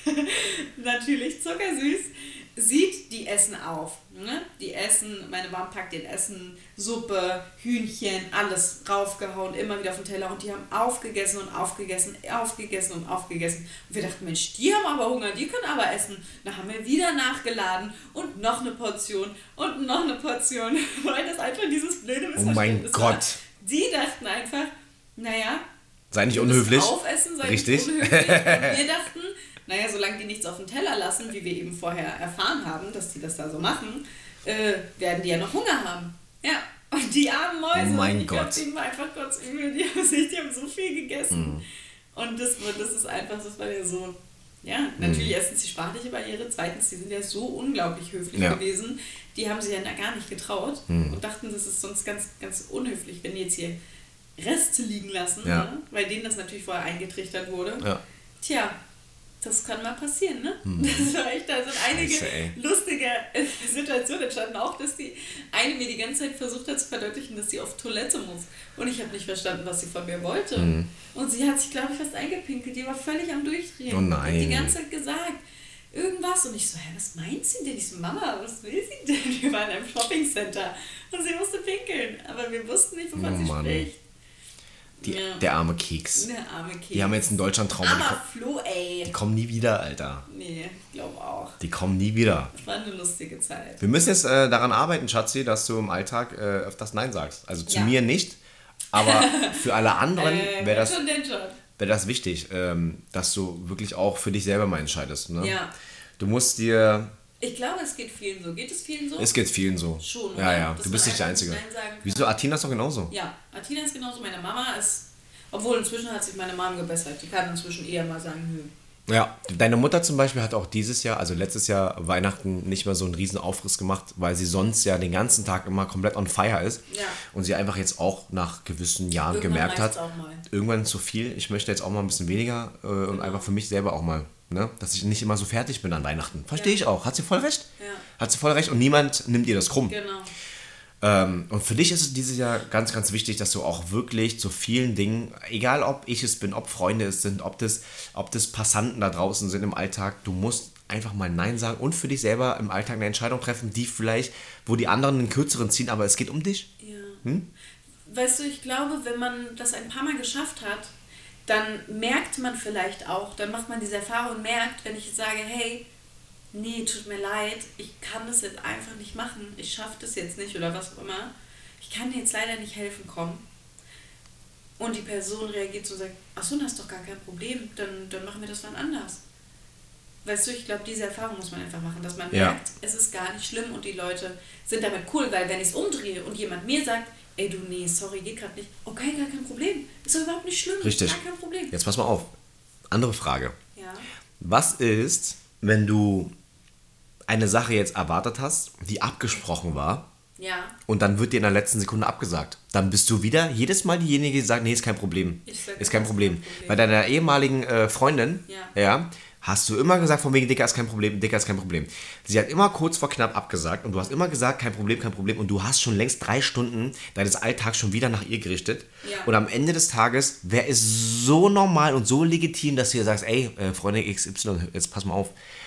natürlich zuckersüß, sieht, die essen auf. Ne? Die essen, meine Mom packt den Essen, Suppe, Hühnchen, alles raufgehauen, immer wieder auf den Teller. Und die haben aufgegessen und aufgegessen, aufgegessen und aufgegessen. Und wir dachten, Mensch, die haben aber Hunger, die können aber essen. Dann haben wir wieder nachgeladen und noch eine Portion und noch eine Portion, weil das einfach dieses blöde Missverständnis war. Oh mein Gott. Die dachten einfach, naja, sei nicht unhöflich. Aufessen, sei Richtig. nicht unhöflich. Und wir dachten, naja, solange die nichts auf den Teller lassen, wie wir eben vorher erfahren haben, dass die das da so machen, äh, werden die ja noch Hunger haben. Ja, und die armen Mäuse, oh mein ich Gott. glaube, denen war einfach kurz übel, die haben, sich, die haben so viel gegessen. Mm. Und das, das ist einfach, das war ja so, ja, natürlich mm. erstens die sprachliche Barriere, zweitens, die sind ja so unglaublich höflich ja. gewesen, die haben sich ja gar nicht getraut mm. und dachten, das ist sonst ganz, ganz unhöflich, wenn die jetzt hier Reste liegen lassen, ja. ne? Weil denen das natürlich vorher eingetrichtert wurde. Ja. Tja, das kann mal passieren, ne? Hm. Das war echt, da sind einige Scheiße, lustige Situationen entstanden. Auch, dass die eine mir die ganze Zeit versucht hat zu verdeutlichen, dass sie auf Toilette muss. Und ich habe nicht verstanden, was sie von mir wollte. Hm. Und sie hat sich, glaube ich, fast eingepinkelt. Die war völlig am Durchdrehen. Oh nein. Hat die ganze Zeit gesagt, irgendwas. Und ich so, hä, was meint sie denn? Ich so, Mama, was will sie denn? Wir waren in einem Shoppingcenter. Und sie musste pinkeln. Aber wir wussten nicht, wovon oh, sie Mann. spricht. Die, ja. Der arme Keks. Der arme Keks. Die haben jetzt in Deutschland Trauma. Aber Flo, ey. Die kommen nie wieder, Alter. Nee, ich glaube auch. Die kommen nie wieder. Das war eine lustige Zeit. Wir müssen jetzt äh, daran arbeiten, Schatzi, dass du im Alltag äh, öfters Nein sagst. Also zu ja. mir nicht, aber für alle anderen äh, wäre das, wär das wichtig, ähm, dass du wirklich auch für dich selber mal entscheidest. Ne? Ja. Du musst dir... Ich glaube, es geht vielen so. Geht es vielen so? Es geht vielen so. Schon, oder? Ja, ja. Dass du bist nicht der Einzige. Wieso? Athena ist doch genauso. Ja, Athena ist genauso. Meine Mama ist... Obwohl, inzwischen hat sich meine Mom gebessert. Die kann inzwischen eher mal sagen, hm. Ja, deine Mutter zum Beispiel hat auch dieses Jahr, also letztes Jahr Weihnachten, nicht mehr so einen riesen Aufriss gemacht, weil sie sonst ja den ganzen Tag immer komplett on fire ist. Ja. Und sie einfach jetzt auch nach gewissen Jahren irgendwann gemerkt hat, irgendwann zu viel, ich möchte jetzt auch mal ein bisschen weniger äh, und genau. einfach für mich selber auch mal, ne, dass ich nicht immer so fertig bin an Weihnachten. Verstehe ja. ich auch. Hat sie voll recht. Ja. Hat sie voll recht und niemand nimmt ihr das krumm. Genau. Ähm, und für dich ist es dieses Jahr ganz, ganz wichtig, dass du auch wirklich zu vielen Dingen, egal ob ich es bin, ob Freunde es sind, ob das, ob das Passanten da draußen sind im Alltag, du musst einfach mal Nein sagen und für dich selber im Alltag eine Entscheidung treffen, die vielleicht, wo die anderen einen kürzeren ziehen, aber es geht um dich. Ja. Hm? Weißt du, ich glaube, wenn man das ein paar Mal geschafft hat, dann merkt man vielleicht auch, dann macht man diese Erfahrung und merkt, wenn ich sage, hey, nee, tut mir leid, ich kann das jetzt einfach nicht machen, ich schaffe das jetzt nicht oder was auch immer, ich kann dir jetzt leider nicht helfen, komm, und die Person reagiert so und sagt, ach so, dann hast doch gar kein Problem, dann, dann machen wir das dann anders. Weißt du, ich glaube, diese Erfahrung muss man einfach machen, dass man Ja. merkt, es ist gar nicht schlimm und die Leute sind damit cool, weil wenn ich es umdrehe und jemand mir sagt, ey du, nee, sorry, geht gerade nicht, okay, gar kein Problem, ist doch überhaupt nicht schlimm, Richtig. gar kein Problem. Jetzt pass mal auf. Andere Frage. Ja. Was ist, wenn du eine Sache jetzt erwartet hast, die abgesprochen war, Ja. und dann wird dir in der letzten Sekunde abgesagt? Dann bist du wieder jedes Mal diejenige, die sagt, nee, ist kein Problem. Ich sag, Ist kein das ist Problem. kein Problem. Bei deiner ehemaligen äh, Freundin, Ja. ja, hast du immer gesagt, von wegen, Dicker ist kein Problem, Dicker ist kein Problem. Sie hat immer kurz vor knapp abgesagt und du hast immer gesagt, kein Problem, kein Problem. Und du hast schon längst drei Stunden deines Alltags schon wieder nach ihr gerichtet. Ja. Und am Ende des Tages wäre es so normal und so legitim, dass du ihr sagst, ey, äh, Freundin X Y, jetzt pass mal auf.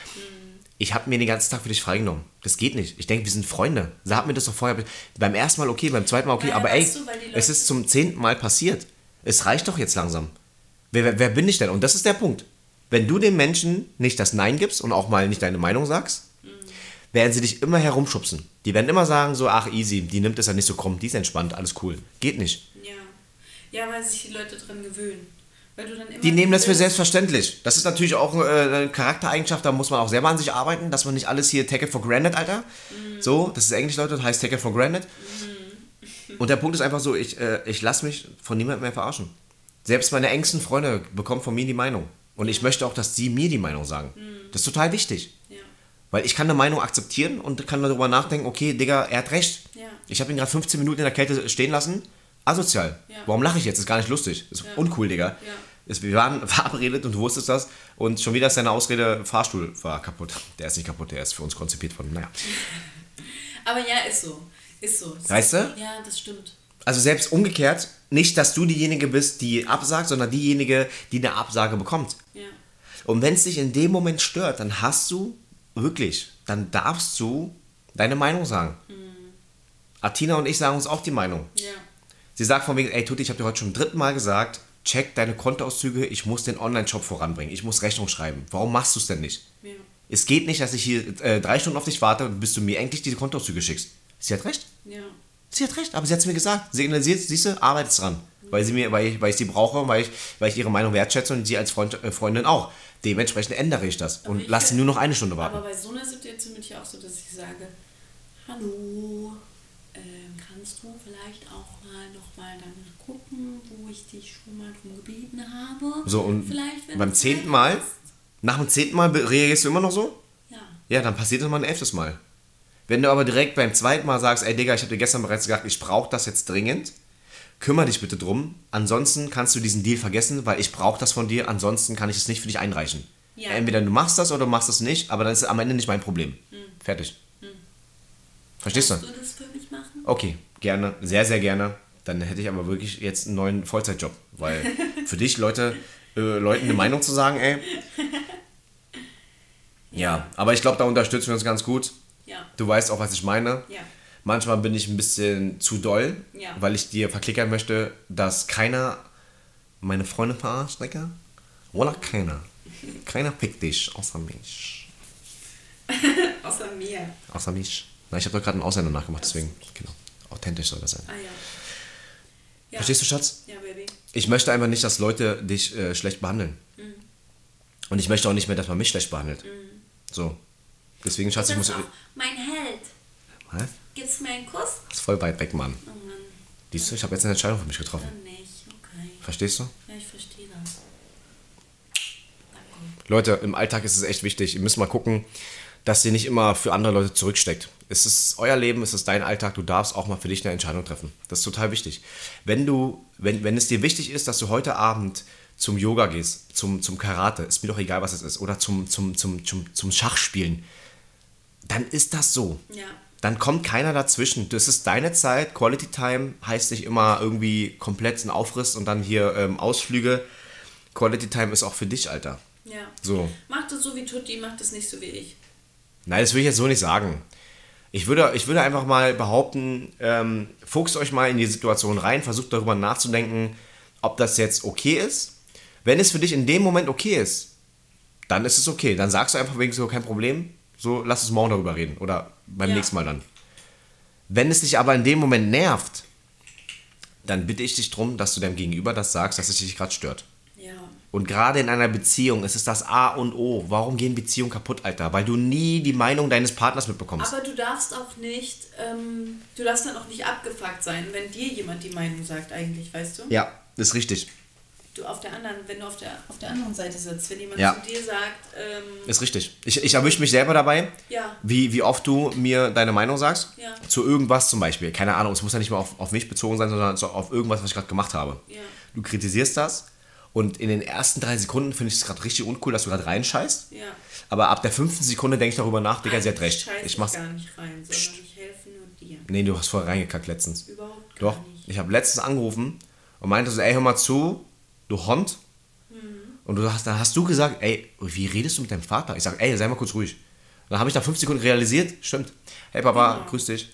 Ich habe mir den ganzen Tag für dich freigenommen. Das geht nicht. Ich denke, wir sind Freunde. Sag mir das doch vorher. Beim ersten Mal okay, beim zweiten Mal okay. Naja, aber ey, weißt du, weil die Leute- es ist zum zehnten Mal passiert. Es reicht doch jetzt langsam. Wer, wer, wer bin ich denn? Und das ist der Punkt. Wenn du den Menschen nicht das Nein gibst und auch mal nicht deine Meinung sagst, mhm. werden sie dich immer herumschubsen. Die werden immer sagen so, ach easy, die nimmt es ja nicht so krumm, die ist entspannt, alles cool. Geht nicht. Ja. Ja, weil sich die Leute dran gewöhnen. Weil du dann immer Die nehmen das für willst- selbstverständlich. Das ist natürlich auch äh, eine Charaktereigenschaft, da muss man auch selber an sich arbeiten, dass man nicht alles hier take it for granted, Alter. Mhm. So, das ist Englisch, Leute, das heißt take it for granted. Mhm. Und der Punkt ist einfach so, ich, äh, ich lasse mich von niemandem mehr verarschen. Selbst meine engsten Freunde bekommen von mir die Meinung. Und ich möchte auch, dass sie mir die Meinung sagen. Mhm. Das ist total wichtig. Ja. Weil ich kann eine Meinung akzeptieren und kann darüber nachdenken, okay, Digga, er hat recht. Ja. Ich habe ihn gerade fünfzehn Minuten in der Kälte stehen lassen. Asozial. Ja. Warum lache ich jetzt? Ist gar nicht lustig. Ist Ja. uncool, Digga. Ja. Ist, wir waren verabredet und du wusstest das. Und schon wieder ist deine Ausrede, Fahrstuhl war kaputt. Der ist nicht kaputt, der ist für uns konzipiert worden. Naja. Aber ja, ist so. Ist so. Weißt du? Ja, das stimmt. Also selbst umgekehrt, nicht, dass du diejenige bist, die absagt, sondern diejenige, die eine Absage bekommt. Ja. Und wenn es dich in dem Moment stört, dann hast du, wirklich, dann darfst du deine Meinung sagen. Mhm. Atina und ich sagen uns auch die Meinung. Ja. Sie sagt von wegen, ey Tutti, ich habe dir heute schon zum dritten Mal gesagt, check deine Kontoauszüge, ich muss den Online-Shop voranbringen, ich muss Rechnung schreiben. Warum machst du es denn nicht? Ja. Es geht nicht, dass ich hier äh, drei Stunden auf dich warte, bis du mir endlich diese Kontoauszüge schickst. Sie hat recht. Ja. Sie hat recht, aber sie hat es mir gesagt. Signalisiert, siehst du, arbeitet dran. Weil, sie mir, weil, ich, weil ich sie brauche, weil ich, weil ich ihre Meinung wertschätze und sie als Freund, äh, Freundin auch. Dementsprechend ändere ich das und ich lasse sie find- nur noch eine Stunde warten. Aber bei so einer Situation bin ich auch so, dass ich sage, hallo, ähm, kannst du vielleicht auch mal noch mal dann gucken, wo ich dich schon mal drum gebeten habe? So, und vielleicht, wenn beim du zehnten Zeit Mal, hast. nach dem zehnten Mal be- reagierst du immer noch so? Ja. Ja, dann passiert das mal ein elftes Mal. Wenn du aber direkt beim zweiten Mal sagst, ey Digga, ich habe dir gestern bereits gesagt, ich brauche das jetzt dringend, kümmere dich bitte drum, ansonsten kannst du diesen Deal vergessen, weil ich brauche das von dir, ansonsten kann ich es nicht für dich einreichen. Ja. Entweder du machst das oder du machst es nicht, aber dann ist es am Ende nicht mein Problem. Fertig. Verstehst Kannst du? du das für mich machen? Okay, gerne, sehr, sehr gerne. Dann hätte ich aber wirklich jetzt einen neuen Vollzeitjob, weil für dich, Leute, äh, Leuten eine Meinung zu sagen, ey. Ja, aber ich glaube, da unterstützen wir uns ganz gut. Ja. Du weißt auch, was ich meine. Ja. Manchmal bin ich ein bisschen zu doll, Ja. weil ich dir verklickern möchte, dass keiner meine Freunde verarscht, Digga. Oder keiner. Keiner pickt dich, außer mich. Außer mir. Außer mich. Na, ich habe doch gerade einen Ausländer nachgemacht, deswegen, genau. Authentisch soll das sein. Ah ja. Ja. Verstehst du, Schatz? Ja, Baby. Ich möchte einfach nicht, dass Leute dich äh, schlecht behandeln. Mhm. Und ich möchte auch nicht mehr, dass man mich schlecht behandelt. Mhm. So. Deswegen, Schatz, ich Das muss... ist auch mein Held. Hä? Gibst du mir einen Kuss? Das ist voll weit weg, Mann. Oh Mann. Siehst du, ich habe jetzt eine Entscheidung für mich getroffen. Dann nicht. Okay. Verstehst du? Ja, ich verstehe das. Danke. Leute, im Alltag ist es echt wichtig. Ihr müsst mal gucken, dass ihr nicht immer für andere Leute zurücksteckt. Es ist euer Leben, es ist dein Alltag, du darfst auch mal für dich eine Entscheidung treffen. Das ist total wichtig. Wenn du, wenn, wenn es dir wichtig ist, dass du heute Abend zum Yoga gehst, zum, zum Karate, ist mir doch egal, was es ist, oder zum, zum, zum, zum, zum Schachspielen, dann ist das so. Ja. Dann kommt keiner dazwischen. Das ist deine Zeit. Quality Time heißt nicht immer irgendwie komplett ein Aufriss und dann hier ähm, Ausflüge. Quality Time ist auch für dich, Alter. Ja. So. Macht es so wie Tutti, macht es nicht so wie ich. Nein, das will ich jetzt so nicht sagen. Ich würde, ich würde einfach mal behaupten, ähm, fuchst euch mal in die Situation rein, versucht darüber nachzudenken, ob das jetzt okay ist. Wenn es für dich in dem Moment okay ist, dann ist es okay. Dann sagst du einfach wegen so, kein Problem, so lass uns morgen darüber reden oder beim Ja. nächsten Mal dann. Wenn es dich aber in dem Moment nervt, dann bitte ich dich drum, dass du deinem Gegenüber das sagst, dass es dich gerade stört. Ja. Und gerade in einer Beziehung ist es das A und O. Warum gehen Beziehungen kaputt, Alter? Weil du nie die Meinung deines Partners mitbekommst. Aber du darfst auch nicht, ähm, du darfst dann auch nicht abgefuckt sein, wenn dir jemand die Meinung sagt eigentlich, weißt du? Ja, ist richtig. Du auf der anderen, wenn du auf der, auf der anderen Seite sitzt, wenn jemand Ja. zu dir sagt, ähm, Ist richtig. Ich, ich erwische mich selber dabei, ja. wie, wie oft du mir deine Meinung sagst. Ja. Zu irgendwas zum Beispiel. Keine Ahnung, es muss ja nicht mal auf, auf mich bezogen sein, sondern so auf irgendwas, was ich gerade gemacht habe. Ja. Du kritisierst das und in den ersten drei Sekunden finde ich es gerade richtig uncool, dass du gerade reinscheißt. Ja. Aber ab der fünften Sekunde denke ich darüber nach, Digga, sie hat Eigentlich recht. scheiß Ich mach's. gar nicht rein, sondern ich helfe nur dir. Nee, du hast vorher reingekackt letztens. Überhaupt gar Doch, nicht. ich habe letztens angerufen und meinte so, ey, hör mal zu, du Hond. Mhm. Und du hast, dann hast du gesagt, ey, wie redest du mit deinem Vater? Ich sag, ey, sei mal kurz ruhig. Dann habe ich nach fünf Sekunden realisiert, stimmt. Hey Papa, Genau. grüß dich.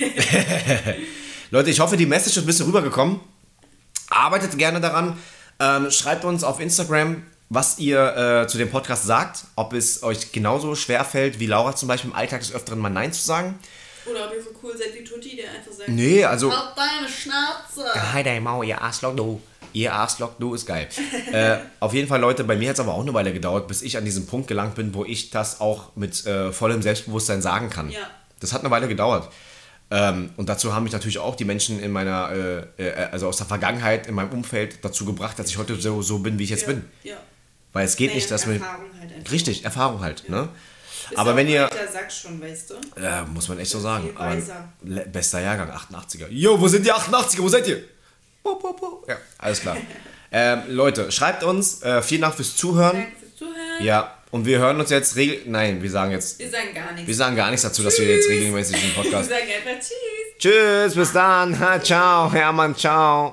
Leute, ich hoffe, die Message ist ein bisschen rübergekommen. Arbeitet gerne daran. Ähm, schreibt uns auf Instagram, was ihr äh, zu dem Podcast sagt. Ob es euch genauso schwer fällt, wie Laura zum Beispiel im Alltag des Öfteren mal Nein zu sagen. Oder ob ihr so cool seid wie Tutti, der einfach sagt, Nee, also... halt deine Schnauze. Halt dein Maul, ihr Arschloch, du. Ihr Arschloch, du, ist geil. äh, auf jeden Fall, Leute, bei mir hat es aber auch eine Weile gedauert, bis ich an diesen Punkt gelangt bin, wo ich das auch mit äh, vollem Selbstbewusstsein sagen kann. Ja. Das hat eine Weile gedauert. Ähm, und dazu haben mich natürlich auch die Menschen in meiner, äh, äh, also aus der Vergangenheit, in meinem Umfeld dazu gebracht, dass ich heute so, so bin, wie ich jetzt Ja. bin. Ja. Weil es geht Naja, nicht, dass mir... Erfahrung halt einfach. Richtig, Erfahrung halt, Ja. ne? Bist Aber auch wenn ihr... alter Sack schon, weißt du? Ja, muss man echt so sagen. Viel Aber weiser. le- bester Jahrgang, achtundachtziger. Jo, wo sind die achtundachtziger? Wo seid ihr? Bo, bo, bo. Ja, alles klar. ähm, Leute, schreibt uns. Äh, vielen Dank fürs Zuhören. Danke fürs Zuhören. Ja, und wir hören uns jetzt regel... Nein, wir sagen jetzt... Wir sagen gar nichts. Wir sagen gar nichts dazu, dass wir jetzt regelmäßig den Wir Podcast... sagen einfach Tschüss. Tschüss, bis dann. Ha, ciao. Ja, Mann, ciao.